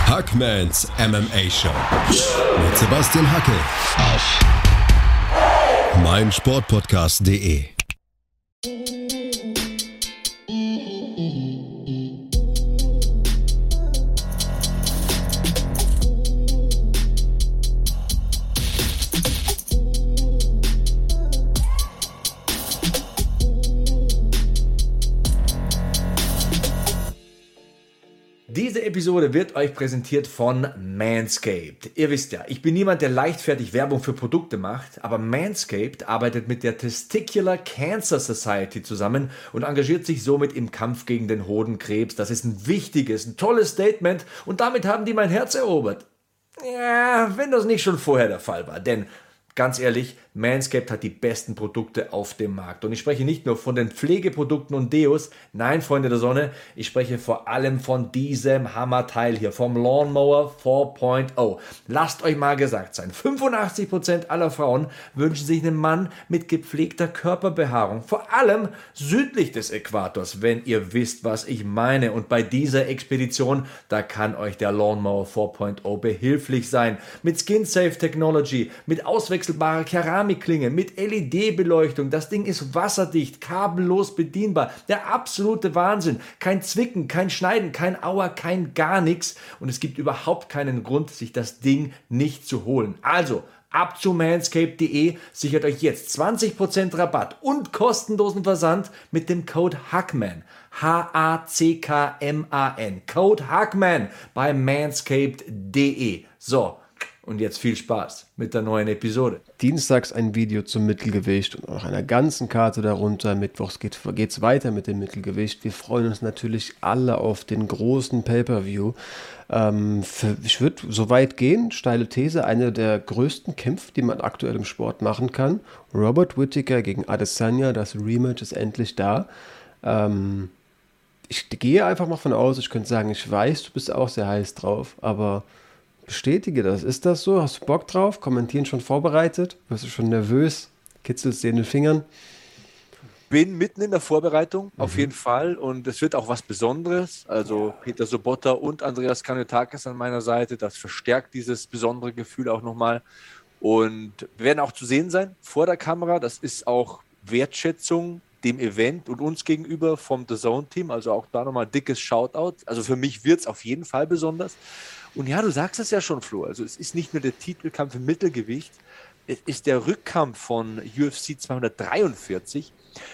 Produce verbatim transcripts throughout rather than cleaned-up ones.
Hackmans M M A Show mit Sebastian Hackel auf meinsportpodcast punkt de. Diese Episode wird euch präsentiert von Manscaped. Ihr wisst ja, ich bin niemand, der leichtfertig Werbung für Produkte macht, aber Manscaped arbeitet mit der Testicular Cancer Society zusammen und engagiert sich somit im Kampf gegen den Hodenkrebs. Das ist ein wichtiges, ein tolles Statement und damit haben die mein Herz erobert. Ja, wenn das nicht schon vorher der Fall war, denn ganz ehrlich, Manscaped hat die besten Produkte auf dem Markt. Und ich spreche nicht nur von den Pflegeprodukten und Deos, nein, Freunde der Sonne, ich spreche vor allem von diesem Hammerteil hier, vom Lawnmower vier Punkt null. Lasst euch mal gesagt sein, fünfundachtzig Prozent aller Frauen wünschen sich einen Mann mit gepflegter Körperbehaarung, vor allem südlich des Äquators, wenn ihr wisst, was ich meine. Und bei dieser Expedition, da kann euch der Lawnmower vier Punkt null behilflich sein. Mit Skin-Safe Technology, mit auswechselbarer Keramik, Klinge mit L E D-Beleuchtung. Das Ding ist wasserdicht, kabellos bedienbar. Der absolute Wahnsinn. Kein Zwicken, kein Schneiden, kein Aua, kein gar nichts. Und es gibt überhaupt keinen Grund, sich das Ding nicht zu holen. Also, ab zu manscaped punkt de, sichert euch jetzt zwanzig Prozent Rabatt und kostenlosen Versand mit dem Code HACKMAN. H A C K M A N. Code HACKMAN bei manscaped punkt de. So. Und jetzt viel Spaß mit der neuen Episode. Dienstags ein Video zum Mittelgewicht und auch einer ganzen Karte darunter. Mittwochs geht es weiter mit dem Mittelgewicht. Wir freuen uns natürlich alle auf den großen Pay-Per-View. Ähm, für, ich würde so weit gehen, steile These, eine der größten Kämpfe, die man aktuell im Sport machen kann. Robert Whittaker gegen Adesanya, das Rematch ist endlich da. Ähm, ich gehe einfach mal von aus, ich könnte sagen, ich weiß, du bist auch sehr heiß drauf, aber bestätige das. Ist das so? Hast du Bock drauf? Kommentieren schon vorbereitet? Wirst du schon nervös? Kitzelst dir in den Fingern? Bin mitten in der Vorbereitung, mhm. auf jeden Fall. Und es wird auch was Besonderes. Also Peter Sobotta und Andreas Kanyotakis an meiner Seite. Das verstärkt dieses besondere Gefühl auch nochmal. Und wir werden auch zu sehen sein vor der Kamera. Das ist auch Wertschätzung dem Event und uns gegenüber vom The Zone-Team. Also auch da nochmal dickes Shoutout. Also für mich wird es auf jeden Fall besonders. Und ja, du sagst es ja schon, Flo, also es ist nicht nur der Titelkampf im Mittelgewicht, es ist der Rückkampf von U F C zweihundertdreiundvierzig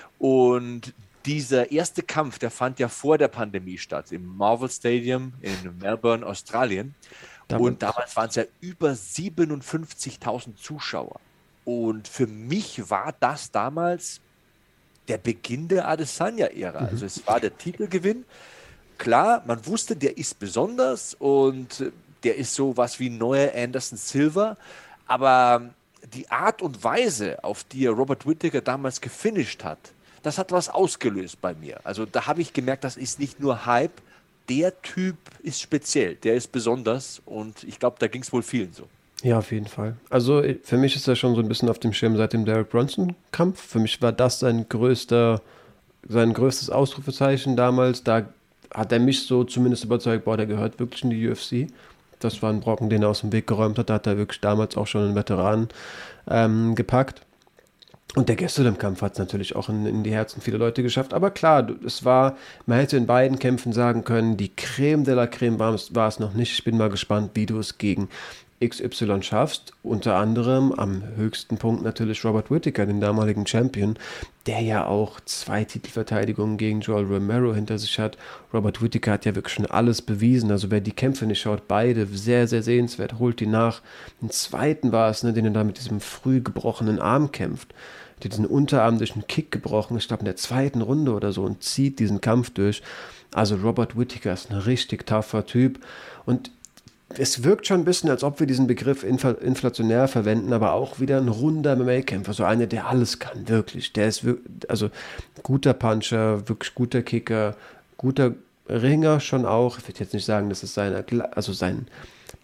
und dieser erste Kampf, der fand ja vor der Pandemie statt, im Marvel Stadium in Melbourne, Australien. Damals. Und damals waren es ja über siebenundfünfzigtausend Zuschauer. Und für mich war das damals der Beginn der Adesanya-Ära. Mhm. Also es war der Titelgewinn. Klar, man wusste, der ist besonders und der ist so was wie ein neuer Anderson Silva, aber die Art und Weise, auf die er Robert Whittaker damals gefinisht hat, das hat was ausgelöst bei mir. Also da habe ich gemerkt, das ist nicht nur Hype, der Typ ist speziell, der ist besonders und ich glaube, da ging es wohl vielen so. Ja, auf jeden Fall. Also für mich ist er schon so ein bisschen auf dem Schirm seit dem Derek Bronson-Kampf. Für mich war das sein größter, sein größtes Ausrufezeichen damals. Da hat er mich so zumindest überzeugt, boah, der gehört wirklich in die U F C. Das war ein Brocken, den er aus dem Weg geräumt hat. Da hat er wirklich damals auch schon einen Veteranen ähm, gepackt. Und der Gastelum-Kampf hat es natürlich auch in, in die Herzen vieler Leute geschafft. Aber klar, es war, man hätte in beiden Kämpfen sagen können, die Creme de la Creme war es noch nicht. Ich bin mal gespannt, wie du es gegen X Y schaffst, unter anderem am höchsten Punkt natürlich Robert Whittaker, den damaligen Champion, der ja auch zwei Titelverteidigungen gegen Joel Romero hinter sich hat. Robert Whittaker hat ja wirklich schon alles bewiesen, also wer die Kämpfe nicht schaut, beide sehr, sehr sehenswert, holt die nach. Im zweiten war es, ne, den er da mit diesem früh gebrochenen Arm kämpft, hat diesen Unterarm durch einen Kick gebrochen, ich glaube in der zweiten Runde oder so, und zieht diesen Kampf durch. Also Robert Whittaker ist ein richtig tougher Typ und es wirkt schon ein bisschen, als ob wir diesen Begriff infl- inflationär verwenden, aber auch wieder ein runder M M A-Kämpfer, so einer, der alles kann, wirklich. Der ist wirklich, also guter Puncher, wirklich guter Kicker, guter Ringer schon auch. Ich würde jetzt nicht sagen, dass es seine, also sein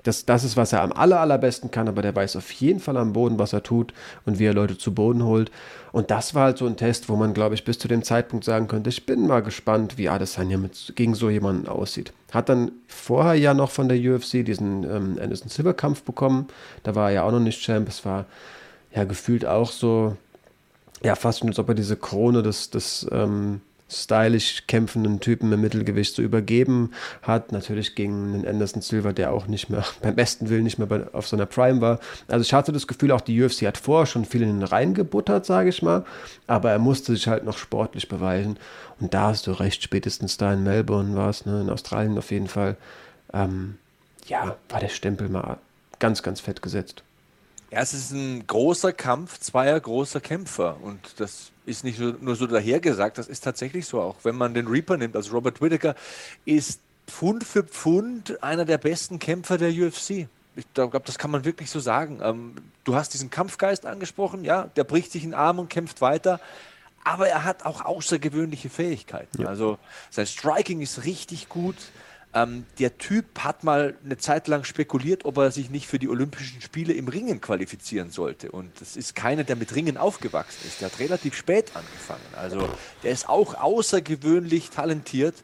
das, das ist, was er am aller, allerbesten kann, aber der weiß auf jeden Fall am Boden, was er tut und wie er Leute zu Boden holt. Und das war halt so ein Test, wo man, glaube ich, bis zu dem Zeitpunkt sagen könnte, ich bin mal gespannt, wie Adesanya mit, gegen so jemanden aussieht. Hat dann vorher ja noch von der U F C diesen ähm, Anderson Silva-Kampf bekommen. Da war er ja auch noch nicht Champ. Es war ja gefühlt auch so, ja, fast schon, als ob er diese Krone des, des ähm, stylisch kämpfenden Typen im Mittelgewicht so übergeben hat. Natürlich gegen den Anderson Silva, der auch nicht mehr, beim besten Willen nicht mehr bei, auf seiner Prime war. Also ich hatte das Gefühl, auch die U F C hat vorher schon viel in den Reihen gebuttert, sage ich mal. Aber er musste sich halt noch sportlich beweisen. Und da hast du recht, spätestens da in Melbourne war es, ne, in Australien auf jeden Fall. Ähm, ja, war der Stempel mal ganz, ganz fett gesetzt. Ja, es ist ein großer Kampf zweier großer Kämpfer und das ist nicht so, nur so dahergesagt, das ist tatsächlich so auch. Wenn man den Reaper nimmt, also Robert Whittaker, ist Pfund für Pfund einer der besten Kämpfer der U F C. Ich glaube, das kann man wirklich so sagen. Ähm, du hast diesen Kampfgeist angesprochen, ja, der bricht sich in den Arm und kämpft weiter, aber er hat auch außergewöhnliche Fähigkeiten. Ja. Also sein Striking ist richtig gut. Ähm, der Typ hat mal eine Zeit lang spekuliert, ob er sich nicht für die Olympischen Spiele im Ringen qualifizieren sollte. Und das ist keiner, der mit Ringen aufgewachsen ist. Der hat relativ spät angefangen. Also der ist auch außergewöhnlich talentiert.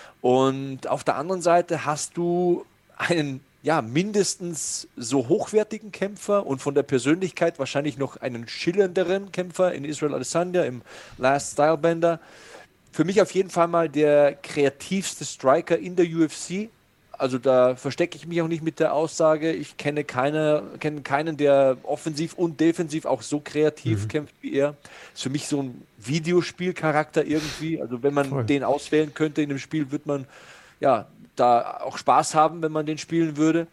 Und auf der anderen Seite hast du einen, ja, mindestens so hochwertigen Kämpfer und von der Persönlichkeit wahrscheinlich noch einen schillernderen Kämpfer in Israel Adesanya, im Last Stylebender. Für mich auf jeden Fall mal der kreativste Striker in der U F C. Also da verstecke ich mich auch nicht mit der Aussage, ich kenne, keine, kenne keinen, der offensiv und defensiv auch so kreativ mhm. kämpft wie er. Ist für mich so ein Videospielcharakter irgendwie. Also wenn man Voll. den auswählen könnte in dem Spiel, würde man ja da auch Spaß haben, wenn man den spielen würde.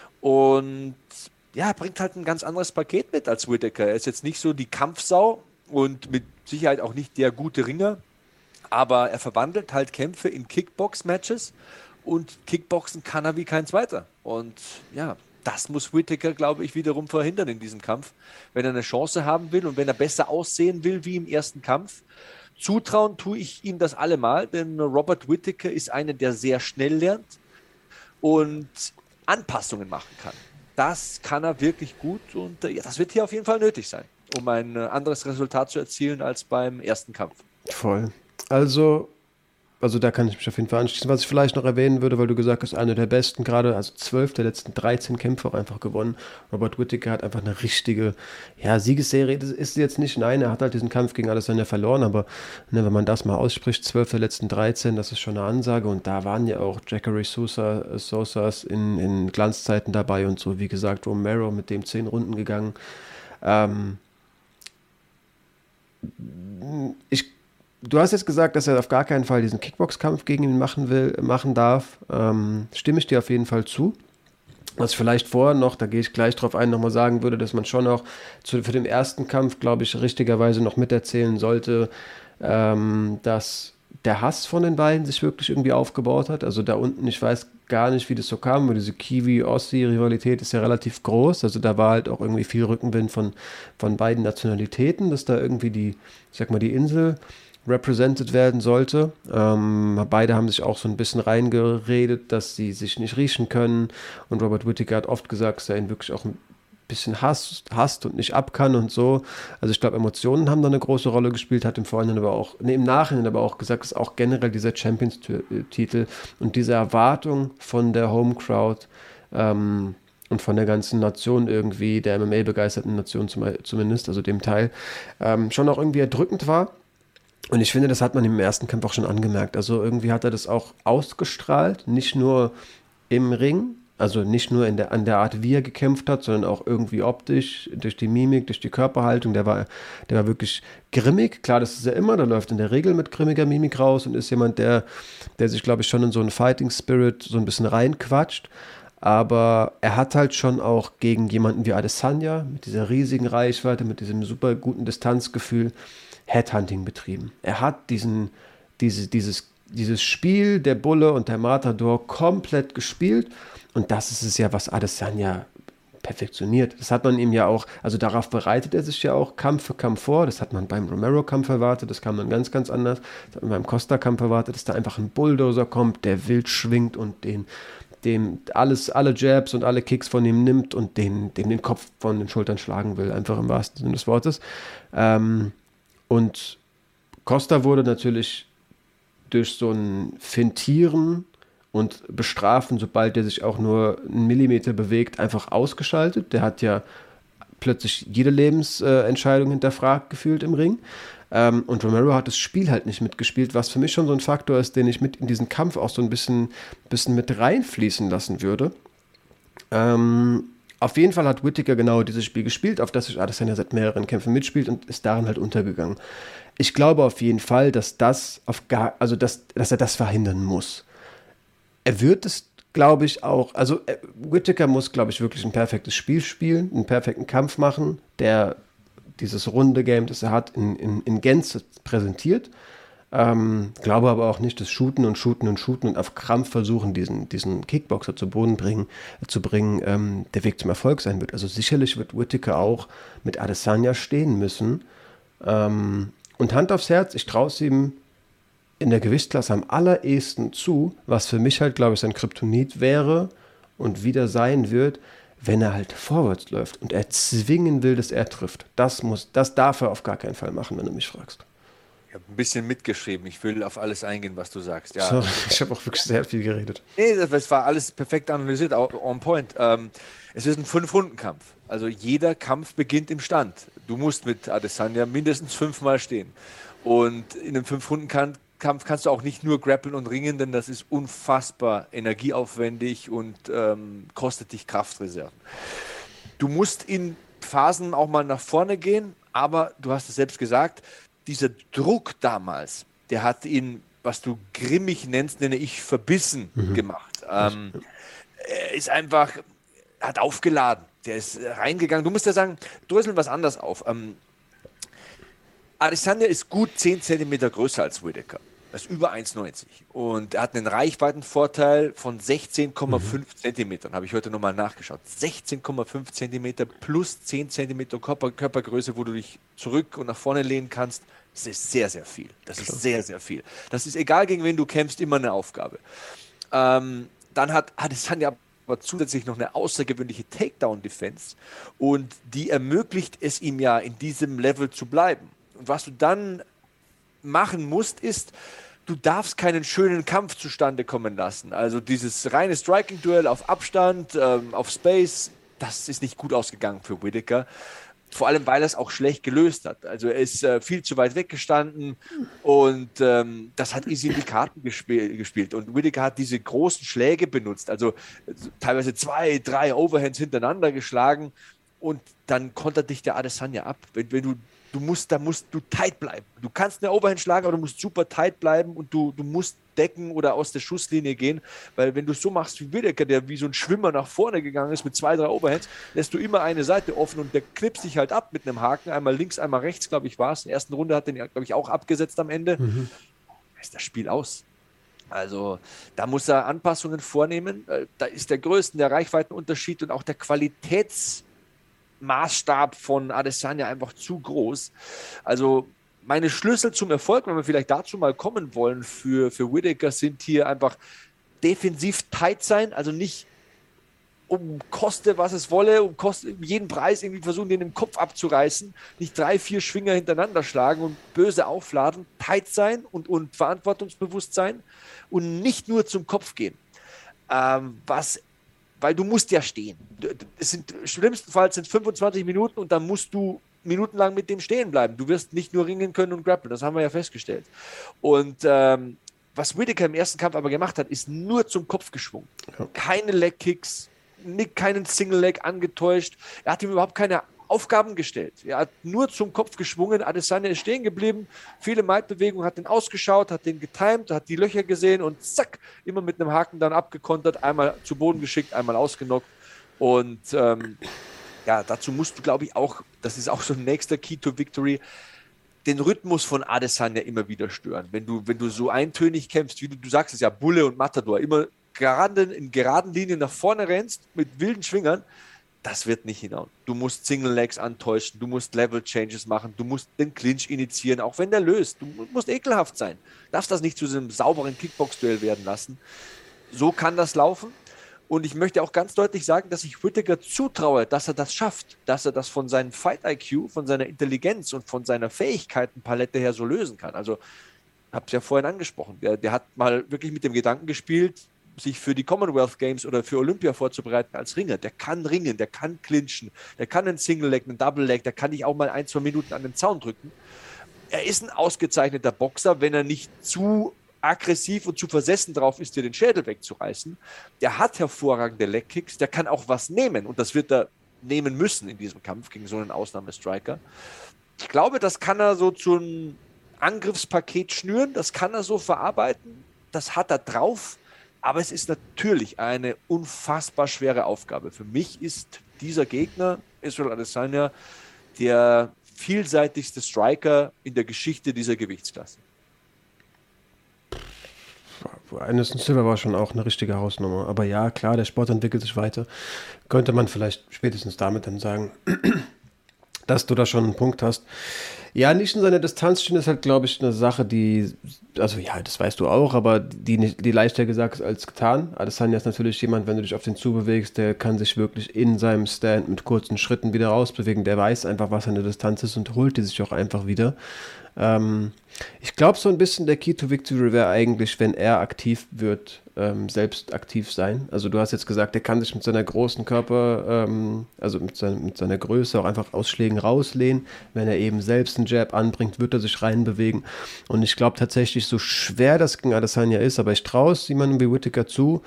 Und ja, bringt halt ein ganz anderes Paket mit als Whittaker. Er ist jetzt nicht so die Kampfsau und mit Sicherheit auch nicht der gute Ringer. Aber er verwandelt halt Kämpfe in Kickbox-Matches und Kickboxen kann er wie kein zweiter. Und ja, das muss Whittaker, glaube ich, wiederum verhindern in diesem Kampf. Wenn er eine Chance haben will und wenn er besser aussehen will wie im ersten Kampf. Zutrauen tue ich ihm das allemal, denn Robert Whittaker ist einer, der sehr schnell lernt und Anpassungen machen kann. Das kann er wirklich gut und ja, das wird hier auf jeden Fall nötig sein, um ein anderes Resultat zu erzielen als beim ersten Kampf. Voll. Also, also da kann ich mich auf jeden Fall anschließen. Was ich vielleicht noch erwähnen würde, weil du gesagt hast, einer der besten, gerade also zwölf der letzten dreizehn Kämpfe auch einfach gewonnen. Robert Whittaker hat einfach eine richtige, ja, Siegesserie. Das ist jetzt nicht, nein, er hat halt diesen Kampf gegen Adesanya verloren, aber ne, wenn man das mal ausspricht, zwölf der letzten dreizehn, das ist schon eine Ansage und da waren ja auch Jacare Sousa, Sosas in, in Glanzzeiten dabei und so, wie gesagt, Romero mit dem zehn Runden gegangen. Ähm, ich Du hast jetzt gesagt, dass er auf gar keinen Fall diesen Kickbox-Kampf gegen ihn machen will, machen darf. Ähm, stimme ich dir auf jeden Fall zu. Was ich vielleicht vorher noch, da gehe ich gleich drauf ein, nochmal sagen würde, dass man schon auch zu, für den ersten Kampf, glaube ich, richtigerweise noch miterzählen sollte, ähm, dass der Hass von den beiden sich wirklich irgendwie aufgebaut hat. Also da unten, ich weiß gar nicht, wie das so kam, weil diese Kiwi-Ossi-Rivalität ist ja relativ groß. Also da war halt auch irgendwie viel Rückenwind von, von beiden Nationalitäten, dass da irgendwie die, ich sag mal, die Insel represented werden sollte. Ähm, beide haben sich auch so ein bisschen reingeredet, dass sie sich nicht riechen können. Und Robert Whittaker hat oft gesagt, dass er ihn wirklich auch ein bisschen hasst, hasst und nicht ab kann und so. Also ich glaube, Emotionen haben da eine große Rolle gespielt, hat im Vorhinein aber auch, nee, im Nachhinein aber auch gesagt, dass auch generell dieser Champions-Titel und diese Erwartung von der Home-Crowd ähm, und von der ganzen Nation irgendwie, der M M A-begeisterten Nation zum, zumindest, also dem Teil, ähm, schon auch irgendwie erdrückend war. Und ich finde, das hat man im ersten Kampf auch schon angemerkt. Also irgendwie hat er das auch ausgestrahlt, nicht nur im Ring, also nicht nur in der, an der Art, wie er gekämpft hat, sondern auch irgendwie optisch, durch die Mimik, durch die Körperhaltung. Der war, der war wirklich grimmig. Klar, das ist er immer, der läuft in der Regel mit grimmiger Mimik raus und ist jemand, der, der sich, glaube ich, schon in so einen Fighting Spirit so ein bisschen reinquatscht. Aber er hat halt schon auch gegen jemanden wie Adesanya mit dieser riesigen Reichweite, mit diesem super guten Distanzgefühl Headhunting betrieben. Er hat diesen, diese, dieses, dieses Spiel der Bulle und der Matador komplett gespielt und das ist es ja, was Adesanya perfektioniert. Das hat man ihm ja auch, also darauf bereitet er sich ja auch Kampf für Kampf vor. Das hat man beim Romero-Kampf erwartet, das kam dann ganz, ganz anders. Das hat man beim Costa-Kampf erwartet, dass da einfach ein Bulldozer kommt, der wild schwingt und den dem alles, alle Jabs und alle Kicks von ihm nimmt und den, dem den Kopf von den Schultern schlagen will, einfach im wahrsten Sinne des Wortes. Ähm, und Costa wurde natürlich durch so ein Fintieren und Bestrafen, sobald der sich auch nur einen Millimeter bewegt, einfach ausgeschaltet. Der hat ja plötzlich jede Lebensentscheidung hinterfragt gefühlt im Ring. Ähm, und Romero hat das Spiel halt nicht mitgespielt, was für mich schon so ein Faktor ist, den ich mit in diesen Kampf auch so ein bisschen, bisschen mit reinfließen lassen würde. Ähm, auf jeden Fall hat Whittaker genau dieses Spiel gespielt, auf das sich Adesanya seit mehreren Kämpfen mitspielt und ist darin halt untergegangen. Ich glaube auf jeden Fall, dass das auf gar, also dass, dass er das verhindern muss. Er wird es, glaube ich, auch, also äh, Whittaker muss, glaube ich, wirklich ein perfektes Spiel spielen, einen perfekten Kampf machen, der dieses runde Game, das er hat, in, in, in Gänze präsentiert. Ähm, glaube aber auch nicht, dass Shooten und Shooten und Shooten und auf Krampf versuchen, diesen, diesen Kickboxer zu Boden bringen, äh, zu bringen, ähm, der Weg zum Erfolg sein wird. Also sicherlich wird Whittaker auch mit Adesanya stehen müssen. Ähm, und Hand aufs Herz, ich traue es ihm in der Gewichtsklasse am allerersten zu, was für mich halt, glaube ich, sein Kryptonit wäre und wieder sein wird, wenn er halt vorwärts läuft und er zwingen will, dass er trifft. Das muss, das darf er auf gar keinen Fall machen, wenn du mich fragst. Ich habe ein bisschen mitgeschrieben. Ich will auf alles eingehen, was du sagst. Ja. Sorry, ich habe auch wirklich sehr viel geredet. Nee, das war alles perfekt analysiert, auch on point. Ähm, es ist ein Fünf-Runden-Kampf. Also jeder Kampf beginnt im Stand. Du musst mit Adesanya mindestens fünfmal stehen. Und in einem Fünf-Runden-Kampf Kampf kannst du auch nicht nur grappeln und ringen, denn das ist unfassbar energieaufwendig und ähm, kostet dich Kraftreserven. Du musst in Phasen auch mal nach vorne gehen, aber du hast es selbst gesagt, dieser Druck damals, der hat ihn, was du grimmig nennst, nenne ich verbissen mhm. gemacht. Ähm, er ist einfach, hat aufgeladen, der ist reingegangen. Du musst ja sagen, dröseln was anders auf. Ähm, Adesanya ist gut zehn Zentimeter größer als Whittaker. Das ist über eins neunzig. Und er hat einen Reichweitenvorteil von sechzehn Komma fünf mhm. Zentimetern. Habe ich heute nochmal nachgeschaut. sechzehn Komma fünf Zentimeter plus zehn Zentimeter Körper, Körpergröße, wo du dich zurück und nach vorne lehnen kannst. Das ist sehr, sehr viel. Das ist sehr, sehr viel. Das ist egal, gegen wen du kämpfst, immer eine Aufgabe. Ähm, dann hat Adesanya aber zusätzlich noch eine außergewöhnliche Takedown-Defense. Und die ermöglicht es ihm ja, in diesem Level zu bleiben. Und was du dann machen musst, ist, du darfst keinen schönen Kampf zustande kommen lassen. Also dieses reine Striking-Duell auf Abstand, ähm, auf Space, das ist nicht gut ausgegangen für Whittaker. Vor allem, weil er es auch schlecht gelöst hat. Also er ist äh, viel zu weit weggestanden und ähm, das hat easy in die Karten gespiel- gespielt. Und Whittaker hat diese großen Schläge benutzt, also äh, teilweise zwei, drei Overhands hintereinander geschlagen und dann kontert dich der Adesanya ab. Wenn, wenn du Du musst, da musst du tight bleiben. Du kannst eine Overhand schlagen, aber du musst super tight bleiben und du, du musst decken oder aus der Schusslinie gehen, weil wenn du es so machst wie Whittaker, der wie so ein Schwimmer nach vorne gegangen ist mit zwei, drei Overhands, lässt du immer eine Seite offen und der knipst sich halt ab mit einem Haken, einmal links, einmal rechts, glaube ich, war es. In der ersten Runde hat den, glaube ich, auch abgesetzt am Ende. Mhm. Da ist das Spiel aus. Also da muss er Anpassungen vornehmen. Da ist der größte der Reichweitenunterschied und auch der Qualitäts- Maßstab von Adesanya einfach zu groß. Also meine Schlüssel zum Erfolg, wenn wir vielleicht dazu mal kommen wollen, für, für Whittaker sind hier einfach defensiv tight sein, also nicht um koste, was es wolle, um, koste, um jeden Preis irgendwie versuchen, den im Kopf abzureißen, nicht drei, vier Schwinger hintereinander schlagen und böse aufladen, tight sein und, und verantwortungsbewusst sein und nicht nur zum Kopf gehen. Ähm, was Weil du musst ja stehen. Es sind schlimmstenfalls sind fünfundzwanzig Minuten und dann musst du minutenlang mit dem stehen bleiben. Du wirst nicht nur ringen können und grappeln. Das haben wir ja festgestellt. Und ähm, was Whittaker im ersten Kampf aber gemacht hat, ist nur zum Kopf geschwungen. Ja. Keine Leg-Kicks, keinen Single-Leg angetäuscht. Er hat ihm überhaupt keine Aufgaben gestellt. Er hat nur zum Kopf geschwungen. Adesanya ist stehen geblieben. Viele Might-Bewegungen, hat den ausgeschaut, hat den getimed, hat die Löcher gesehen und zack, immer mit einem Haken dann abgekontert, einmal zu Boden geschickt, einmal ausgenockt. Und ähm, ja, dazu musst du, glaube ich, auch, das ist auch so ein nächster Key to Victory, den Rhythmus von Adesanya immer wieder stören. Wenn du, wenn du so eintönig kämpfst, wie du, du sagst es ja, Bulle und Matador, immer gerade in geraden Linien nach vorne rennst, mit wilden Schwingern, das wird nicht hinhauen. Du musst Single Legs antäuschen, du musst Level Changes machen, du musst den Clinch initiieren, auch wenn der löst. Du musst ekelhaft sein. Darfst das nicht zu so einem sauberen Kickbox-Duell werden lassen. So kann das laufen. Und ich möchte auch ganz deutlich sagen, dass ich Whittaker zutraue, dass er das schafft, dass er das von seinem Fight-I Q, von seiner Intelligenz und von seiner Fähigkeitenpalette her so lösen kann. Also, ich habe es ja vorhin angesprochen, der, der hat mal wirklich mit dem Gedanken gespielt, sich für die Commonwealth Games oder für Olympia vorzubereiten als Ringer. Der kann ringen, der kann clinchen, der kann einen Single-Leg, einen Double-Leg, der kann dich auch mal ein, zwei Minuten an den Zaun drücken. Er ist ein ausgezeichneter Boxer, wenn er nicht zu aggressiv und zu versessen drauf ist, dir den Schädel wegzureißen. Der hat hervorragende Leg-Kicks, der kann auch was nehmen und das wird er nehmen müssen in diesem Kampf gegen so einen Ausnahmestriker. Ich glaube, das kann er so zu einem Angriffspaket schnüren, das kann er so verarbeiten, das hat er drauf, aber es ist natürlich eine unfassbar schwere Aufgabe. Für mich ist dieser Gegner, Israel Adesanya, der vielseitigste Striker in der Geschichte dieser Gewichtsklasse. Anderson Silva war schon auch eine richtige Hausnummer. Aber ja, klar, der Sport entwickelt sich weiter. Könnte man vielleicht spätestens damit dann sagen, dass du da schon einen Punkt hast. Ja, nicht in seiner Distanz stehen ist halt, glaube ich, eine Sache, die, also ja, das weißt du auch, aber die, die leichter gesagt ist als getan. Adesanya ist natürlich jemand, wenn du dich auf den zubewegst, der kann sich wirklich in seinem Stand mit kurzen Schritten wieder rausbewegen. Der weiß einfach, was seine Distanz ist und holt die sich auch einfach wieder. Ähm, ich glaube, so ein bisschen der Key to Victory wäre eigentlich, wenn er aktiv wird, ähm, selbst aktiv sein. Also du hast jetzt gesagt, er kann sich mit seiner großen Körper, ähm, also mit, sein, mit seiner Größe auch einfach aus Schlägen rauslehnen. Wenn er eben selbst einen Jab anbringt, wird er sich reinbewegen. Und ich glaube tatsächlich, so schwer das gegen Adesanya ist, aber ich traue es jemandem wie Whittaker zu,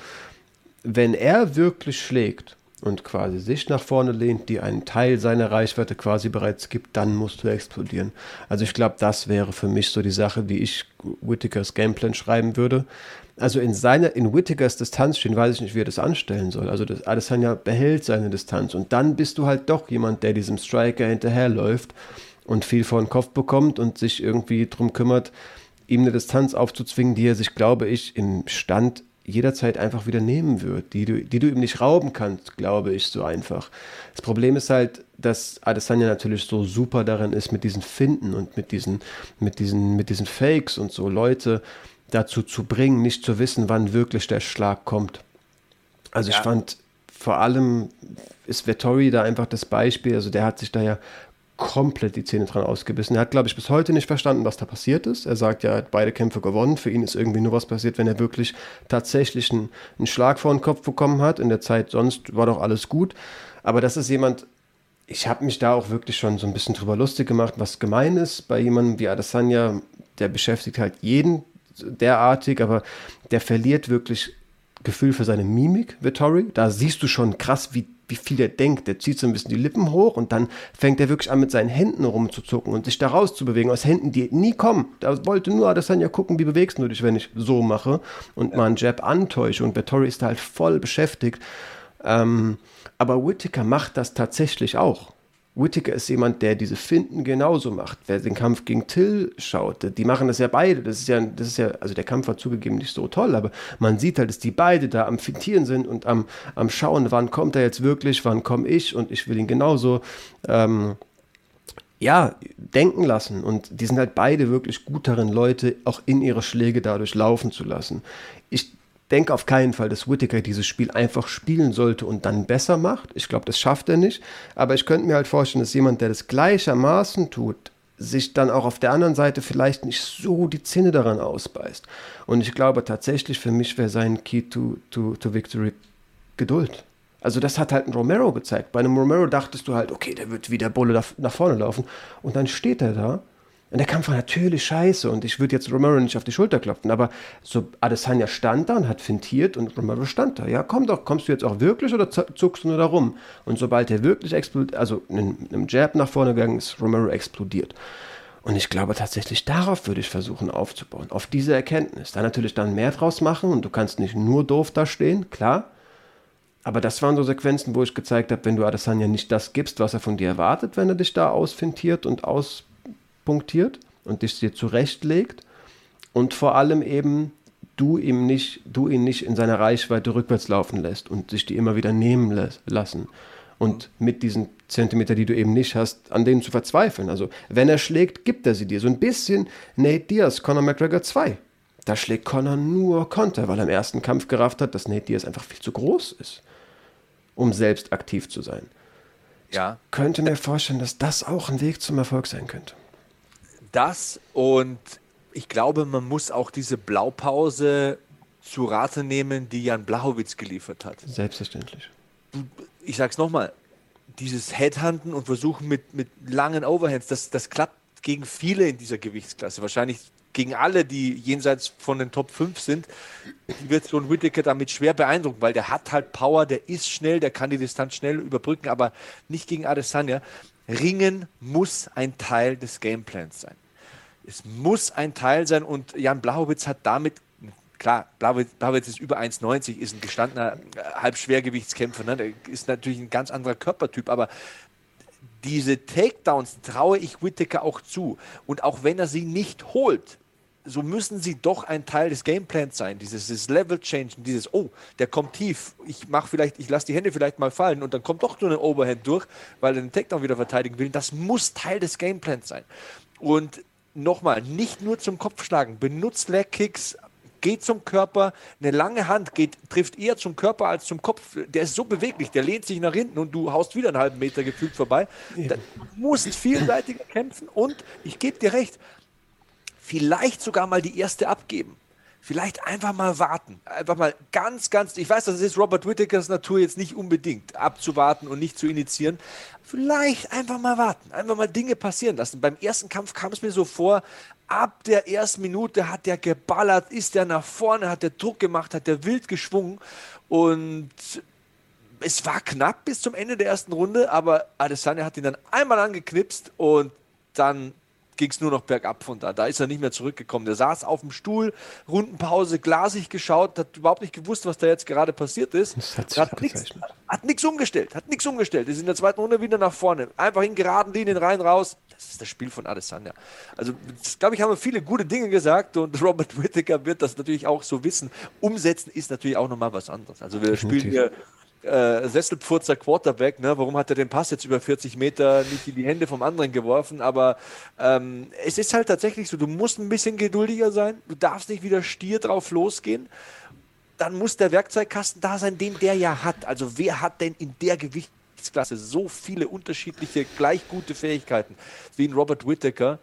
wenn er wirklich schlägt und quasi sich nach vorne lehnt, die einen Teil seiner Reichweite quasi bereits gibt, dann musst du explodieren. Also ich glaube, das wäre für mich so die Sache, wie ich Whittakers Gameplan schreiben würde. Also in seiner, in Whittakers Distanz stehen, weiß ich nicht, wie er das anstellen soll. Also das Adesanya behält seine Distanz und dann bist du halt doch jemand, der diesem Striker hinterherläuft und viel vor den Kopf bekommt und sich irgendwie drum kümmert, ihm eine Distanz aufzuzwingen, die er sich, glaube ich, im Stand jederzeit einfach wieder nehmen wird, die du, die du ihm nicht rauben kannst, glaube ich, so einfach. Das Problem ist halt, dass Adesanya natürlich so super darin ist, mit diesen Finten und mit diesen, mit diesen, mit diesen Fakes und so Leute dazu zu bringen, nicht zu wissen, wann wirklich der Schlag kommt. Also ja. Ich fand, vor allem ist Vettori da einfach das Beispiel, also der hat sich da ja komplett die Zähne dran ausgebissen. Er hat, glaube ich, bis heute nicht verstanden, was da passiert ist. Er sagt ja, er hat beide Kämpfe gewonnen. Für ihn ist irgendwie nur was passiert, wenn er wirklich tatsächlich einen, einen Schlag vor den Kopf bekommen hat. In der Zeit sonst war doch alles gut. Aber das ist jemand, ich habe mich da auch wirklich schon so ein bisschen drüber lustig gemacht, was gemein ist bei jemandem wie Adesanya. Der beschäftigt halt jeden derartig, aber der verliert wirklich Gefühl für seine Mimik, Vettori. Da siehst du schon krass, wie wie viel er denkt. Der zieht so ein bisschen die Lippen hoch und dann fängt er wirklich an, mit seinen Händen rumzuzucken und sich da rauszubewegen, aus Händen, die nie kommen. Da wollte nur Adesanya gucken, wie bewegst du dich, wenn ich so mache und mal einen Jab antäusche. Und Vettori ist da halt voll beschäftigt. Ähm, aber Whittaker macht das tatsächlich auch. Whittaker ist jemand, der diese Finten genauso macht. Wer den Kampf gegen Till schaut, die machen das ja beide. Das ist ja, das ist ja, also der Kampf war zugegeben nicht so toll, aber man sieht halt, dass die beide da am Fintieren sind und am, am Schauen, wann kommt er jetzt wirklich, wann komme ich und ich will ihn genauso ähm, ja, denken lassen. Und die sind halt beide wirklich gut darin, Leute auch in ihre Schläge dadurch laufen zu lassen. Ich denke auf keinen Fall, dass Whittaker dieses Spiel einfach spielen sollte und dann besser macht. Ich glaube, das schafft er nicht. Aber ich könnte mir halt vorstellen, dass jemand, der das gleichermaßen tut, sich dann auch auf der anderen Seite vielleicht nicht so die Zähne daran ausbeißt. Und ich glaube tatsächlich, für mich wäre sein Key to, to, to Victory Geduld. Also das hat halt ein Romero gezeigt. Bei einem Romero dachtest du halt, okay, der wird wie der Bulle nach vorne laufen. Und dann steht er da. Und der Kampf war natürlich scheiße und ich würde jetzt Romero nicht auf die Schulter klopfen, aber so Adesanya stand da und hat fintiert und Romero stand da. Ja, komm doch, kommst du jetzt auch wirklich oder zuckst du nur da rum? Und sobald er wirklich explodiert, also in einem Jab nach vorne gegangen ist, Romero explodiert. Und ich glaube tatsächlich, darauf würde ich versuchen aufzubauen, auf diese Erkenntnis. Da natürlich dann mehr draus machen und du kannst nicht nur doof da stehen, klar. Aber das waren so Sequenzen, wo ich gezeigt habe, wenn du Adesanya nicht das gibst, was er von dir erwartet, wenn er dich da ausfintiert und aus punktiert und dich dir zurechtlegt und vor allem eben du ihm nicht, du ihn nicht in seiner Reichweite rückwärts laufen lässt und sich die immer wieder nehmen lässt, lassen und mit diesen Zentimeter, die du eben nicht hast, an denen zu verzweifeln. Also wenn er schlägt, gibt er sie dir. So ein bisschen Nate Diaz, Conor McGregor zwei. Da schlägt Conor nur Konter, weil er im ersten Kampf gerafft hat, dass Nate Diaz einfach viel zu groß ist, um selbst aktiv zu sein. Ja. Ich könnte mir vorstellen, dass das auch ein Weg zum Erfolg sein könnte. Das und ich glaube, man muss auch diese Blaupause zu Rate nehmen, die Jan Blachowicz geliefert hat. Selbstverständlich. Ich sag's nochmal, dieses Headhunten und Versuchen mit, mit langen Overhands, das, das klappt gegen viele in dieser Gewichtsklasse. Wahrscheinlich gegen alle, die jenseits von den Top fünf sind, die wird so ein Whittaker damit schwer beeindrucken, weil der hat halt Power, der ist schnell, der kann die Distanz schnell überbrücken, aber nicht gegen Adesanya. Ringen muss ein Teil des Gameplans sein. Es muss ein Teil sein und Jan Blachowicz hat damit, klar, Blachowicz, Blachowicz ist über eins neunzig, ist ein gestandener Halbschwergewichtskämpfer, ne? Der ist natürlich ein ganz anderer Körpertyp, aber diese Takedowns traue ich Whittaker auch zu. Und auch wenn er sie nicht holt, so müssen sie doch ein Teil des Gameplans sein. Dieses, dieses Level-Change, dieses, oh, der kommt tief, ich mache vielleicht, ich lasse die Hände vielleicht mal fallen und dann kommt doch nur eine Overhand durch, weil er den Takedown wieder verteidigen will. Das muss Teil des Gameplans sein. Und nochmal, nicht nur zum Kopf schlagen, benutzt Leg-Kicks, geht zum Körper, eine lange Hand geht, trifft eher zum Körper als zum Kopf. Der ist so beweglich, der lehnt sich nach hinten und du haust wieder einen halben Meter gefühlt vorbei. Da, du musst vielseitiger kämpfen und ich gebe dir recht, vielleicht sogar mal die erste abgeben. Vielleicht einfach mal warten. Einfach mal ganz, ganz, ich weiß, das ist Robert Whittakers Natur jetzt nicht unbedingt, abzuwarten und nicht zu initiieren. Vielleicht einfach mal warten, einfach mal Dinge passieren lassen. Beim ersten Kampf kam es mir so vor, ab der ersten Minute hat der geballert, ist der nach vorne, hat der Druck gemacht, hat der wild geschwungen und es war knapp bis zum Ende der ersten Runde, aber Adesanya hat ihn dann einmal angeknipst und dann ging es nur noch bergab von da. Da ist er nicht mehr zurückgekommen. Der saß auf dem Stuhl, Rundenpause, glasig geschaut, hat überhaupt nicht gewusst, was da jetzt gerade passiert ist. Das hat, hat nichts umgestellt, hat nichts umgestellt. Ist in der zweiten Runde wieder nach vorne. Einfach in geraden Linien rein, raus. Das ist das Spiel von Adesanya. Also, glaube ich, haben wir viele gute Dinge gesagt und Robert Whittaker wird das natürlich auch so wissen. Umsetzen ist natürlich auch nochmal was anderes. Also, wir spielen hier Äh, Sesselpfurzer Quarterback, ne? Warum hat er den Pass jetzt über vierzig Meter nicht in die Hände vom anderen geworfen, aber ähm, es ist halt tatsächlich so, du musst ein bisschen geduldiger sein, du darfst nicht wieder Stier drauf losgehen, dann muss der Werkzeugkasten da sein, den der ja hat, also wer hat denn in der Gewichtsklasse so viele unterschiedliche, gleich gute Fähigkeiten wie ein Robert Whittaker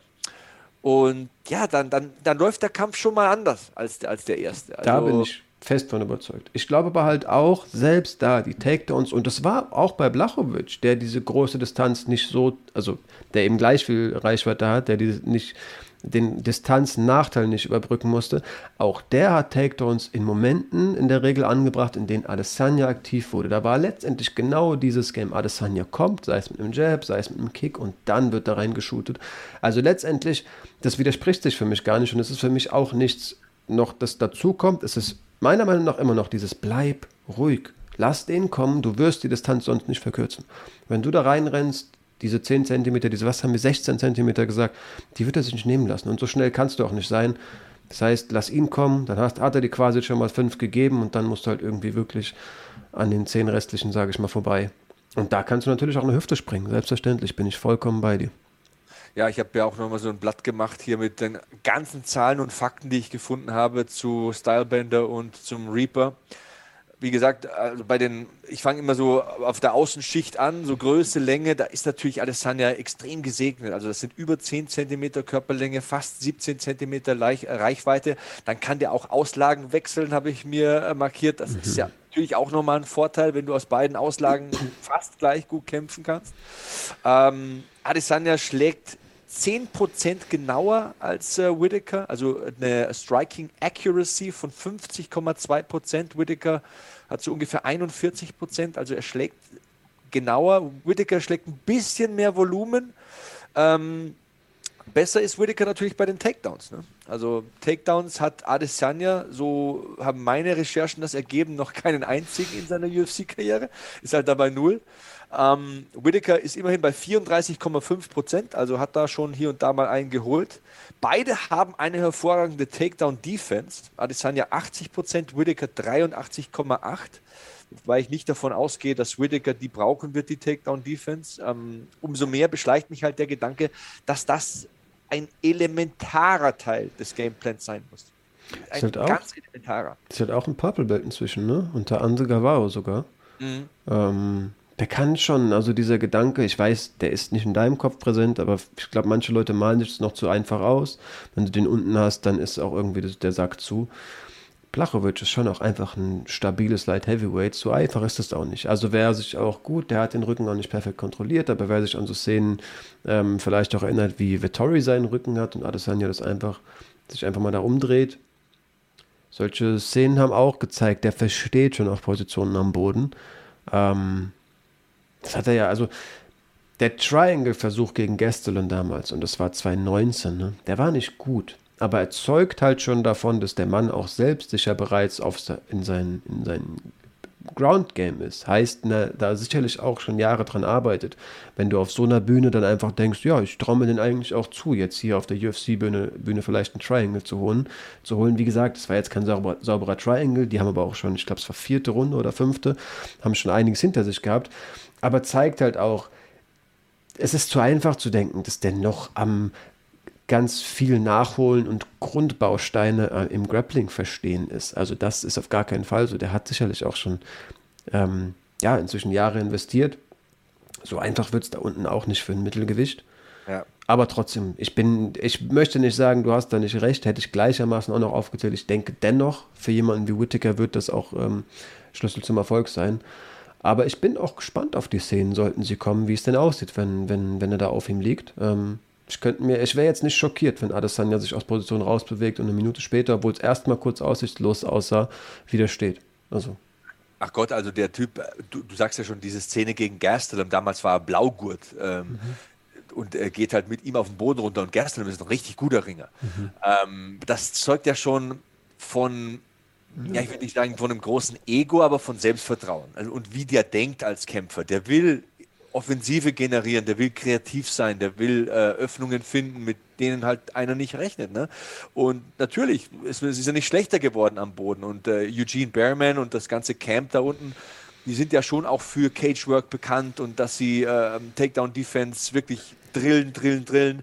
und ja, dann, dann, dann läuft der Kampf schon mal anders als, als der erste. Also, da bin ich fest von überzeugt. Ich glaube aber halt auch, selbst da, die Takedowns, und das war auch bei Blachowicz, der diese große Distanz nicht so, also der eben gleich viel Reichweite hat, der diese nicht, den Distanznachteil nicht überbrücken musste, auch der hat Takedowns in Momenten in der Regel angebracht, in denen Adesanya aktiv wurde. Da war letztendlich genau dieses Game. Adesanya kommt, sei es mit einem Jab, sei es mit einem Kick und dann wird da reingeshootet. Also letztendlich, das widerspricht sich für mich gar nicht und es ist für mich auch nichts noch, das dazu kommt. Es ist meiner Meinung nach immer noch dieses bleib ruhig, lass den kommen, du wirst die Distanz sonst nicht verkürzen. Wenn du da reinrennst, diese zehn Zentimeter, diese, was haben wir, sechzehn Zentimeter gesagt, die wird er sich nicht nehmen lassen und so schnell kannst du auch nicht sein. Das heißt, lass ihn kommen, dann hast, hat er die quasi schon mal fünf gegeben und dann musst du halt irgendwie wirklich an den zehn restlichen, sage ich mal, vorbei. Und da kannst du natürlich auch eine Hüfte springen, selbstverständlich, bin ich vollkommen bei dir. Ja, ich habe ja auch nochmal so ein Blatt gemacht hier mit den ganzen Zahlen und Fakten, die ich gefunden habe zu Stylebender und zum Reaper. Wie gesagt, also bei den, ich fange immer so auf der Außenschicht an, so Größe, Länge, da ist natürlich Adesanya extrem gesegnet. Also das sind über zehn Zentimeter Körperlänge, fast siebzehn Zentimeter Reichweite. Dann kann der auch Auslagen wechseln, habe ich mir markiert. Das mhm. ist ja natürlich auch nochmal ein Vorteil, wenn du aus beiden Auslagen fast gleich gut kämpfen kannst. Ähm, Adesanya schlägt zehn Prozent genauer als äh, Whittaker, also eine Striking Accuracy von fünfzig Komma zwei Prozent. Whittaker hat so ungefähr einundvierzig Prozent, also er schlägt genauer. Whittaker schlägt ein bisschen mehr Volumen. Ähm, besser ist Whittaker natürlich bei den Takedowns. Ne? Also Takedowns hat Adesanya, so haben meine Recherchen das ergeben, noch keinen einzigen in seiner U F C-Karriere. Ist halt dabei null. Ähm, Whittaker ist immerhin bei vierunddreißig Komma fünf Prozent, also hat da schon hier und da mal einen geholt. Beide haben eine hervorragende Takedown-Defense. Adesanya achtzig Prozent, Whittaker dreiundachtzig Komma acht. Weil ich nicht davon ausgehe, dass Whittaker die brauchen wird, die Takedown-Defense. Ähm, umso mehr beschleicht mich halt der Gedanke, dass das ein elementarer Teil des Gameplans sein muss. Ein Ist halt auch- ganz elementarer. Ist halt auch ein Purple Belt inzwischen, ne? Unter Andre Galvao sogar. Mhm. Ähm, der kann schon, also dieser Gedanke, ich weiß, der ist nicht in deinem Kopf präsent, aber ich glaube, manche Leute malen sich das noch zu einfach aus. Wenn du den unten hast, dann ist auch irgendwie das, der Sack zu. Blachowicz ist schon auch einfach ein stabiles Light Heavyweight. So einfach ist das auch nicht. Also wer sich auch gut, der hat den Rücken auch nicht perfekt kontrolliert, aber wer sich an so Szenen ähm, vielleicht auch erinnert, wie Vettori seinen Rücken hat und Adesanya das einfach, sich einfach mal da umdreht. Solche Szenen haben auch gezeigt, der versteht schon auch Positionen am Boden. Ähm, das hat er ja, also der Triangle-Versuch gegen Gastelum damals, und das war zwanzig neunzehn, ne, der war nicht gut. Aber er zeugt halt schon davon, dass der Mann auch selbstsicher bereits auf, se- in sein, in sein Ground-Game ist. Heißt, ne, da sicherlich auch schon Jahre dran arbeitet. Wenn du auf so einer Bühne dann einfach denkst, ja, ich traue mir den eigentlich auch zu, jetzt hier auf der U F C-Bühne Bühne vielleicht einen Triangle zu holen. Zu holen, wie gesagt, das war jetzt kein sauberer, sauberer Triangle, die haben aber auch schon, ich glaube, es war vierte Runde oder fünfte, haben schon einiges hinter sich gehabt. Aber zeigt halt auch, es ist zu einfach zu denken, dass der noch am ganz viel Nachholen und Grundbausteine äh, im Grappling verstehen ist. Also das ist auf gar keinen Fall so. Der hat sicherlich auch schon ähm, ja, inzwischen Jahre investiert. So einfach wird es da unten auch nicht für ein Mittelgewicht. Ja. Aber trotzdem, ich bin, ich möchte nicht sagen, du hast da nicht recht, hätte ich gleichermaßen auch noch aufgezählt. Ich denke dennoch, für jemanden wie Whittaker wird das auch ähm, Schlüssel zum Erfolg sein. Aber ich bin auch gespannt auf die Szenen, sollten sie kommen, wie es denn aussieht, wenn, wenn, wenn er da auf ihm liegt. Ähm, ich könnte mir, ich wäre jetzt nicht schockiert, wenn Adesanya sich aus Position rausbewegt und eine Minute später, obwohl es erstmal kurz aussichtslos aussah, wieder steht. Also, Ach Gott, also der Typ, du, du sagst ja schon, diese Szene gegen Gastelum, damals war er Blaugurt ähm, und er geht halt mit ihm auf den Boden runter und Gastelum ist ein richtig guter Ringer. Ähm, das zeugt ja schon von, ja, ich würde nicht sagen von einem großen Ego, aber von Selbstvertrauen. Also, und wie der denkt als Kämpfer. Der will Offensive generieren, der will kreativ sein, der will äh, Öffnungen finden, mit denen halt einer nicht rechnet. Ne? Und natürlich, es, es ist ja nicht schlechter geworden am Boden. Und äh, Eugene Behrman und das ganze Camp da unten, die sind ja schon auch für Cagework bekannt und dass sie äh, Takedown-Defense wirklich drillen, drillen, drillen.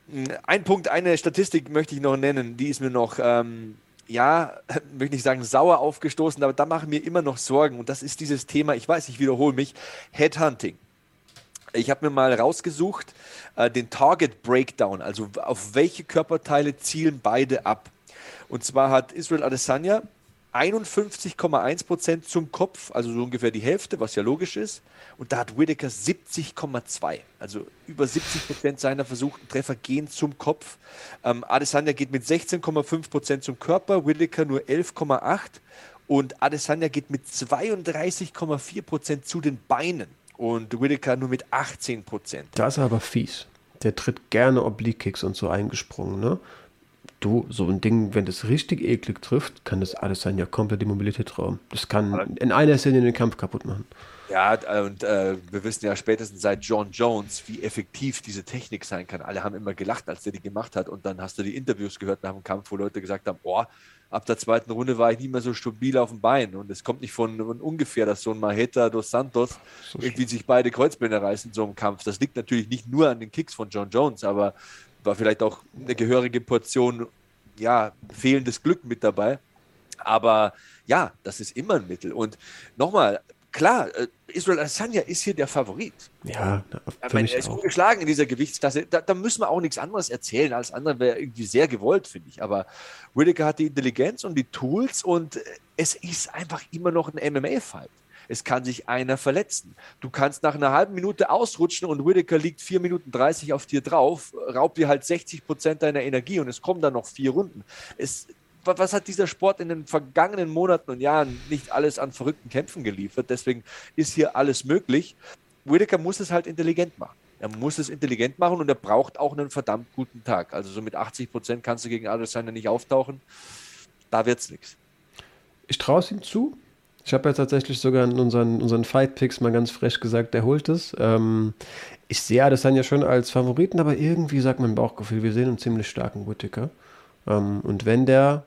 Ein Punkt, eine Statistik möchte ich noch nennen, die ist mir noch... Ähm, ja, möchte nicht sagen sauer aufgestoßen, aber da machen mir immer noch Sorgen. Und das ist dieses Thema, ich weiß, ich wiederhole mich, Headhunting. Ich habe mir mal rausgesucht, äh, den Target Breakdown, also auf welche Körperteile zielen beide ab. Und zwar hat Israel Adesanya einundfünfzig Komma eins Prozent zum Kopf, also so ungefähr die Hälfte, was ja logisch ist. Und da hat Whittaker siebzig Komma zwei, also über siebzig Prozent seiner versuchten Treffer gehen zum Kopf. Ähm, Adesanya geht mit sechzehn Komma fünf Prozent zum Körper, Whittaker nur elf Komma acht und Adesanya geht mit zweiunddreißig Komma vier Prozent zu den Beinen und Whittaker nur mit achtzehn Prozent. das ist aber fies. Der tritt gerne Oblique-Kicks und so eingesprungen, ne? Du, so ein Ding, wenn das richtig eklig trifft, kann das Adesanya komplett die Mobilität rauben. Das kann in einer Szene den Kampf kaputt machen. Ja, und äh, wir wissen ja spätestens seit John Jones, wie effektiv diese Technik sein kann. Alle haben immer gelacht, als der die gemacht hat. Und dann hast du die Interviews gehört nach dem Kampf, wo Leute gesagt haben, boah, ab der zweiten Runde war ich nicht mehr so stabil auf dem Bein. Und es kommt nicht von, von ungefähr, dass so ein Marreta dos Santos So irgendwie sich beide Kreuzbeine reißen in so einem Kampf. Das liegt natürlich nicht nur an den Kicks von John Jones, aber war vielleicht auch eine gehörige Portion, ja, fehlendes Glück mit dabei. Aber ja, das ist immer ein Mittel. Und nochmal, klar, Israel Adesanya ist hier der Favorit. Ja, Ich für meine, mich er ist auch. gut geschlagen in dieser Gewichtsklasse. Da, da müssen wir auch nichts anderes erzählen. Alles andere wäre irgendwie sehr gewollt, finde ich. Aber Whittaker hat die Intelligenz und die Tools und es ist einfach immer noch ein M M A-Fight. Es kann sich einer verletzen. Du kannst nach einer halben Minute ausrutschen und Whittaker liegt vier Minuten dreißig auf dir drauf, raubt dir halt sechzig Prozent deiner Energie und es kommen dann noch vier Runden. Es, was hat dieser Sport in den vergangenen Monaten und Jahren nicht alles an verrückten Kämpfen geliefert? Deswegen ist hier alles möglich. Whittaker muss es halt intelligent machen. Er muss es intelligent machen und er braucht auch einen verdammt guten Tag. Also so mit achtzig Prozent kannst du gegen Adesanya nicht auftauchen. Da wird's nichts. Ich traue es ihm zu. Ich habe ja tatsächlich sogar in unseren, unseren Fight-Picks mal ganz frech gesagt, der holt es. Ähm, ich sehe Adesanya schon als Favoriten, aber irgendwie sagt mein Bauchgefühl, wir sehen einen ziemlich starken Whittaker. Ähm, und wenn der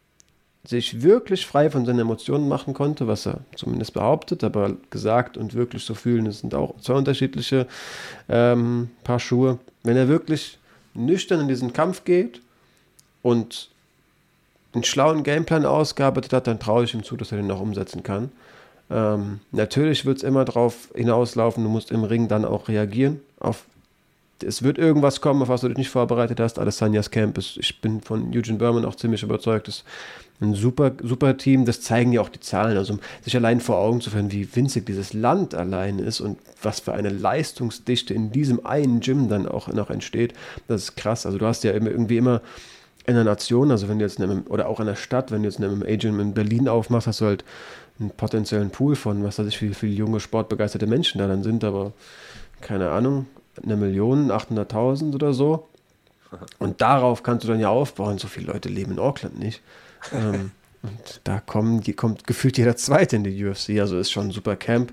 sich wirklich frei von seinen Emotionen machen konnte, was er zumindest behauptet, aber gesagt und wirklich so fühlen, das sind auch zwei unterschiedliche ähm, Paar Schuhe. Wenn er wirklich nüchtern in diesen Kampf geht und einen schlauen Gameplan ausgearbeitet hat, dann traue ich ihm zu, dass er den auch umsetzen kann. Ähm, natürlich wird es immer darauf hinauslaufen, du musst im Ring dann auch reagieren. Auf, es wird irgendwas kommen, auf was du dich nicht vorbereitet hast. Adesanya's Camp ist, ich bin von Eugene Berman auch ziemlich überzeugt, ist ein super, super Team. Das zeigen ja auch die Zahlen. Also sich allein vor Augen zu führen, wie winzig dieses Land allein ist und was für eine Leistungsdichte in diesem einen Gym dann auch noch entsteht, das ist krass. Also du hast ja immer, irgendwie immer in einer Nation, also wenn du jetzt eine, oder auch in einer Stadt, wenn du jetzt eine M M A-Gym in Berlin aufmachst, hast du halt einen potenziellen Pool von, was weiß ich, wie viele junge, sportbegeisterte Menschen da dann sind, aber keine Ahnung, eine Million, achthunderttausend oder so. Und darauf kannst du dann ja aufbauen. So viele Leute leben in Auckland nicht. ähm, und da kommen, die, kommt gefühlt jeder Zweite in die U F C, also ist schon ein super Camp.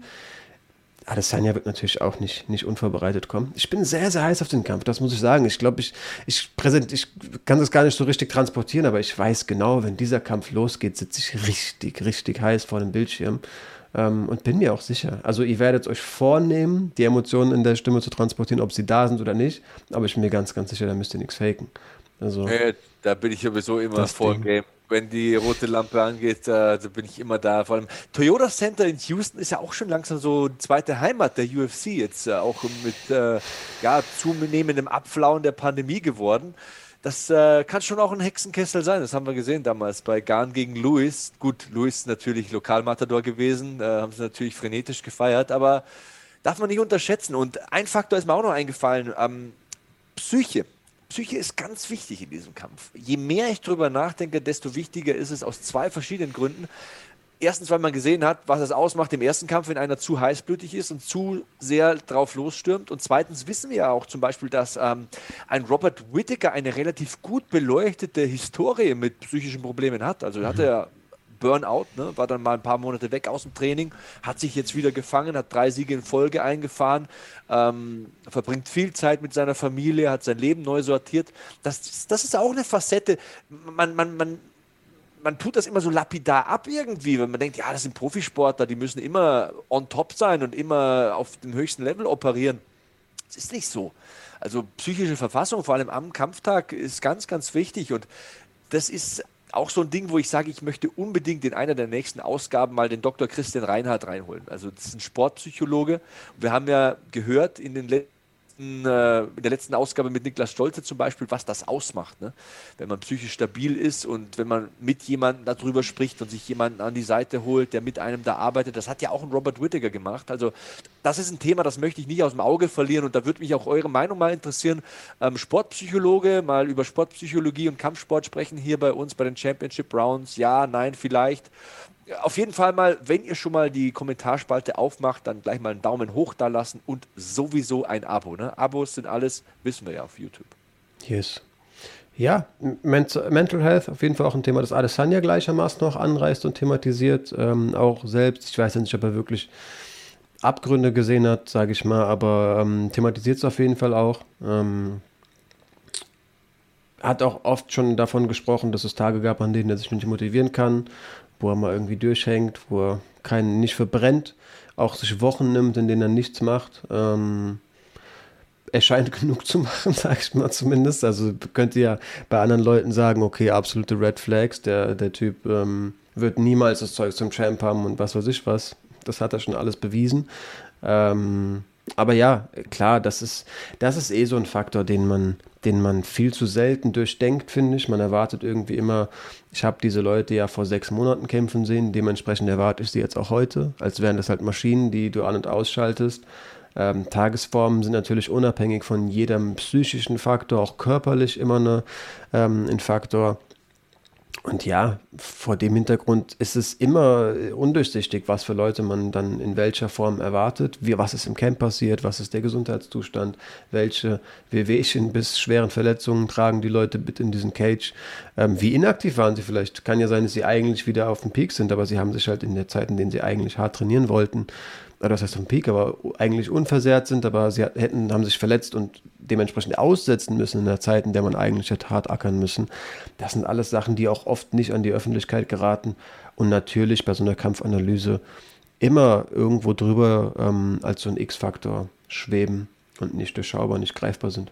Adesanya wird natürlich auch nicht, nicht unvorbereitet kommen. Ich bin sehr, sehr heiß auf den Kampf, das muss ich sagen. Ich glaube, ich, ich, präsent, ich kann das gar nicht so richtig transportieren, aber ich weiß genau, wenn dieser Kampf losgeht, sitze ich richtig, richtig heiß vor dem Bildschirm ähm, und bin mir auch sicher. Also ihr werdet euch vornehmen, die Emotionen in der Stimme zu transportieren, ob sie da sind oder nicht, aber ich bin mir ganz, ganz sicher, da müsst ihr nichts faken. Also, äh, da bin ich sowieso immer vor dem Game. Wenn die rote Lampe angeht, äh, da bin ich immer da. Vor allem Toyota Center in Houston ist ja auch schon langsam so zweite Heimat der U F C jetzt, äh, auch mit äh, ja, zunehmendem Abflauen der Pandemie geworden. Das äh, kann schon auch ein Hexenkessel sein, das haben wir gesehen damals bei Gane gegen Lewis. Gut, Lewis natürlich Lokalmatador gewesen, äh, haben sie natürlich frenetisch gefeiert, aber darf man nicht unterschätzen. Und ein Faktor ist mir auch noch eingefallen, ähm, Psyche. Psyche ist ganz wichtig in diesem Kampf. Je mehr ich drüber nachdenke, desto wichtiger ist es aus zwei verschiedenen Gründen. Erstens, weil man gesehen hat, was es ausmacht im ersten Kampf, wenn einer zu heißblütig ist und zu sehr drauf losstürmt. Und zweitens wissen wir ja auch zum Beispiel, dass ähm, ein Robert Whittaker eine relativ gut beleuchtete Historie mit psychischen Problemen hat. Also mhm. hat er Burnout, ne? War dann mal ein paar Monate weg aus dem Training, hat sich jetzt wieder gefangen, hat drei Siege in Folge eingefahren, ähm, verbringt viel Zeit mit seiner Familie, hat sein Leben neu sortiert. Das, das ist auch eine Facette. Man, man, man, man tut das immer so lapidar ab irgendwie, wenn man denkt, ja, das sind Profisportler, die müssen immer on top sein und immer auf dem höchsten Level operieren. Das ist nicht so. Also psychische Verfassung, vor allem am Kampftag, ist ganz, ganz wichtig und das ist auch so ein Ding, wo ich sage, ich möchte unbedingt in einer der nächsten Ausgaben mal den Doktor Christian Reinhardt reinholen. Also das ist ein Sportpsychologe. Wir haben ja gehört in den letzten in der letzten Ausgabe mit Niklas Stolze zum Beispiel, was das ausmacht, ne? Wenn man psychisch stabil ist und wenn man mit jemandem darüber spricht und sich jemanden an die Seite holt, der mit einem da arbeitet. Das hat ja auch ein Robert Whittaker gemacht. Also das ist ein Thema, das möchte ich nicht aus dem Auge verlieren und da würde mich auch eure Meinung mal interessieren. Ähm, Sportpsychologe, mal über Sportpsychologie und Kampfsport sprechen hier bei uns bei den Championship Rounds. Ja, nein, vielleicht. Auf jeden Fall mal, wenn ihr schon mal die Kommentarspalte aufmacht, dann gleich mal einen Daumen hoch da lassen und sowieso ein Abo. Ne? Abos sind alles, wissen wir ja auf YouTube. Yes. Ja, Mental Health, auf jeden Fall auch ein Thema, das Adesanya gleichermaßen noch anreißt und thematisiert. Ähm, auch selbst, ich weiß ja nicht, ob er wirklich Abgründe gesehen hat, sage ich mal, aber ähm, thematisiert es auf jeden Fall auch. Ähm, hat auch oft schon davon gesprochen, dass es Tage gab, an denen er sich nicht motivieren kann, wo er mal irgendwie durchhängt, wo er keinen nicht verbrennt, auch sich Wochen nimmt, in denen er nichts macht. Ähm, er scheint genug zu machen, sag ich mal zumindest. Also könnt ihr ja bei anderen Leuten sagen, okay, absolute Red Flags, der, der Typ ähm, wird niemals das Zeug zum Champ haben und was weiß ich was. Das hat er schon alles bewiesen. Ähm, aber ja, klar, das ist, das ist eh so ein Faktor, den man, den man viel zu selten durchdenkt, finde ich. Man erwartet irgendwie immer, ich habe diese Leute ja vor sechs Monaten kämpfen sehen, dementsprechend erwarte ich sie jetzt auch heute, als wären das halt Maschinen, die du an- und ausschaltest. Ähm, Tagesformen sind natürlich unabhängig von jedem psychischen Faktor, auch körperlich immer eine, ähm, ein Faktor. Und ja, vor dem Hintergrund ist es immer undurchsichtig, was für Leute man dann in welcher Form erwartet, wie, was ist im Camp passiert, was ist der Gesundheitszustand, welche Wehwehchen bis schweren Verletzungen tragen die Leute mit in diesen Cage, ähm, wie inaktiv waren sie vielleicht, kann ja sein, dass sie eigentlich wieder auf dem Peak sind, aber sie haben sich halt in der Zeit, in denen sie eigentlich hart trainieren wollten, oder das heißt auf dem Peak, aber eigentlich unversehrt sind, aber sie hätten, haben sich verletzt und dementsprechend aussetzen müssen in der Zeit, in der man eigentlich hätte hart ackern müssen. Das sind alles Sachen, die auch oft nicht an die Öffentlichkeit geraten und natürlich bei so einer Kampfanalyse immer irgendwo drüber ähm, als so ein X-Faktor schweben und nicht durchschaubar, nicht greifbar sind.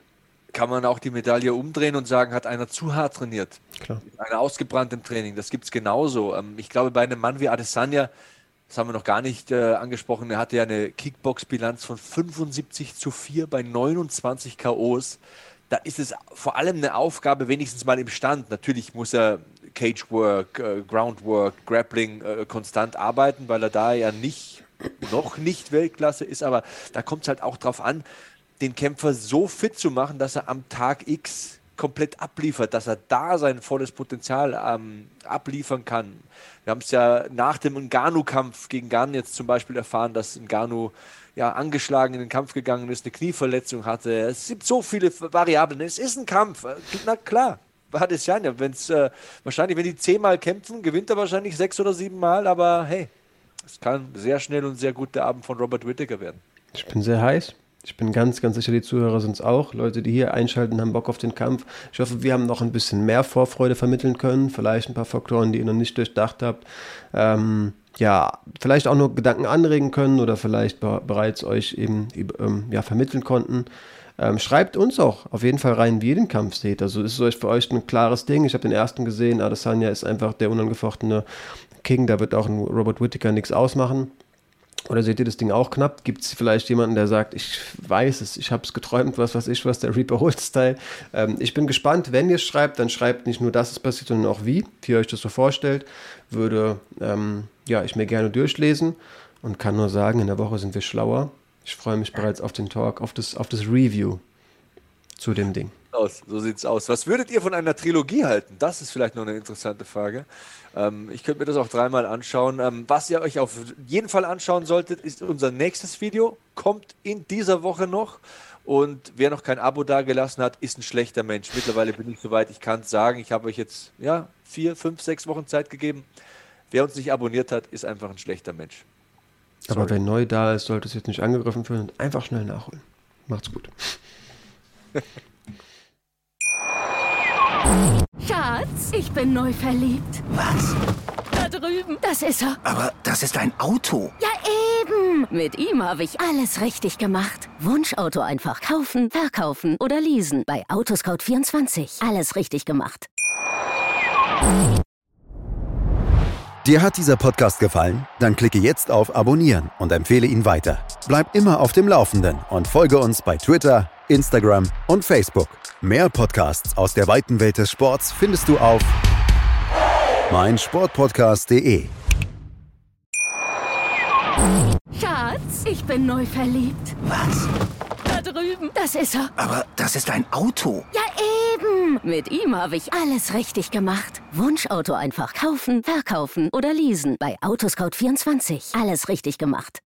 kann man auch die Medaille umdrehen und sagen, hat einer zu hart trainiert. Klar. Einer ausgebrannt im Training, das gibt es genauso. Ähm, ich glaube, bei einem Mann wie Adesanya, das haben wir noch gar nicht äh, angesprochen, er hatte ja eine Kickbox-Bilanz von fünfundsiebzig zu vier bei neunundzwanzig K Os. Da ist es vor allem eine Aufgabe, wenigstens mal im Stand. Natürlich muss er Cagework, äh, Groundwork, Grappling äh, konstant arbeiten, weil er da ja nicht, noch nicht Weltklasse ist, aber da kommt es halt auch drauf an, den Kämpfer so fit zu machen, dass er am Tag X komplett abliefert, dass er da sein volles Potenzial ähm, abliefern kann. Wir haben es ja nach dem Ngannou-Kampf gegen Gane jetzt zum Beispiel erfahren, dass Ngannou ja angeschlagen in den Kampf gegangen ist, eine Knieverletzung hatte. Es gibt so viele Variablen. Es ist ein Kampf. Na klar, hat es ja. Wenn es äh, wahrscheinlich, wenn die zehnmal kämpfen, gewinnt er wahrscheinlich sechs oder sieben Mal. Aber hey, es kann sehr schnell und sehr gut der Abend von Robert Whittaker werden. Ich bin sehr heiß. Ich bin ganz, ganz sicher, die Zuhörer sind es auch. Leute, die hier einschalten, haben Bock auf den Kampf. Ich hoffe, wir haben noch ein bisschen mehr Vorfreude vermitteln können. Vielleicht ein paar Faktoren, die ihr noch nicht durchdacht habt. Ähm, ja, vielleicht auch nur Gedanken anregen können oder vielleicht be- bereits euch eben ähm, ja, vermitteln konnten. Ähm, schreibt uns auch auf jeden Fall rein, wie ihr den Kampf seht. Also ist es euch für euch ein klares Ding. Ich habe den ersten gesehen. Adesanya ist einfach der unangefochtene King. Da wird auch ein Robert Whittaker nichts ausmachen. Oder seht ihr das Ding auch knapp? Gibt es vielleicht jemanden, der sagt, ich weiß es, ich habe es geträumt, was weiß ich was, der Reaper Holt-Style. Ähm, ich bin gespannt, wenn ihr es schreibt, dann schreibt nicht nur, dass es passiert, sondern auch wie, wie ihr euch das so vorstellt. Würde ähm, ja, ich mir gerne durchlesen und kann nur sagen, in der Woche sind wir schlauer. Ich freue mich bereits auf den Talk, auf das, auf das Review zu dem Ding. Aus. So sieht's aus. Was würdet ihr von einer Trilogie halten? Das ist vielleicht noch eine interessante Frage. Ähm, ich könnte mir das auch dreimal anschauen. Ähm, was ihr euch auf jeden Fall anschauen solltet, ist unser nächstes Video. Kommt in dieser Woche noch. Und wer noch kein Abo dagelassen hat, ist ein schlechter Mensch. Mittlerweile bin ich soweit, ich kann es sagen. Ich habe euch jetzt ja, vier, fünf, sechs Wochen Zeit gegeben. Wer uns nicht abonniert hat, ist einfach ein schlechter Mensch. Sorry. Aber wer neu da ist, sollte es jetzt nicht angegriffen fühlen und einfach schnell nachholen. Macht's gut. Schatz, ich bin neu verliebt. Was? Da drüben. Das ist er. Aber das ist ein Auto. Ja, eben. Mit ihm habe ich alles richtig gemacht. Wunschauto einfach kaufen, verkaufen oder leasen. Bei Autoscout vierundzwanzig. Alles richtig gemacht. Dir hat dieser Podcast gefallen? Dann klicke jetzt auf Abonnieren und empfehle ihn weiter. Bleib immer auf dem Laufenden und folge uns bei Twitter, Instagram und Facebook. Mehr Podcasts aus der weiten Welt des Sports findest du auf meinsportpodcast punkt de. Schatz, ich bin neu verliebt. Was? Da drüben. Das ist er. Aber das ist ein Auto. Ja, eben. Mit ihm habe ich alles richtig gemacht. Wunschauto einfach kaufen, verkaufen oder leasen. Bei Autoscout vierundzwanzig. Alles richtig gemacht.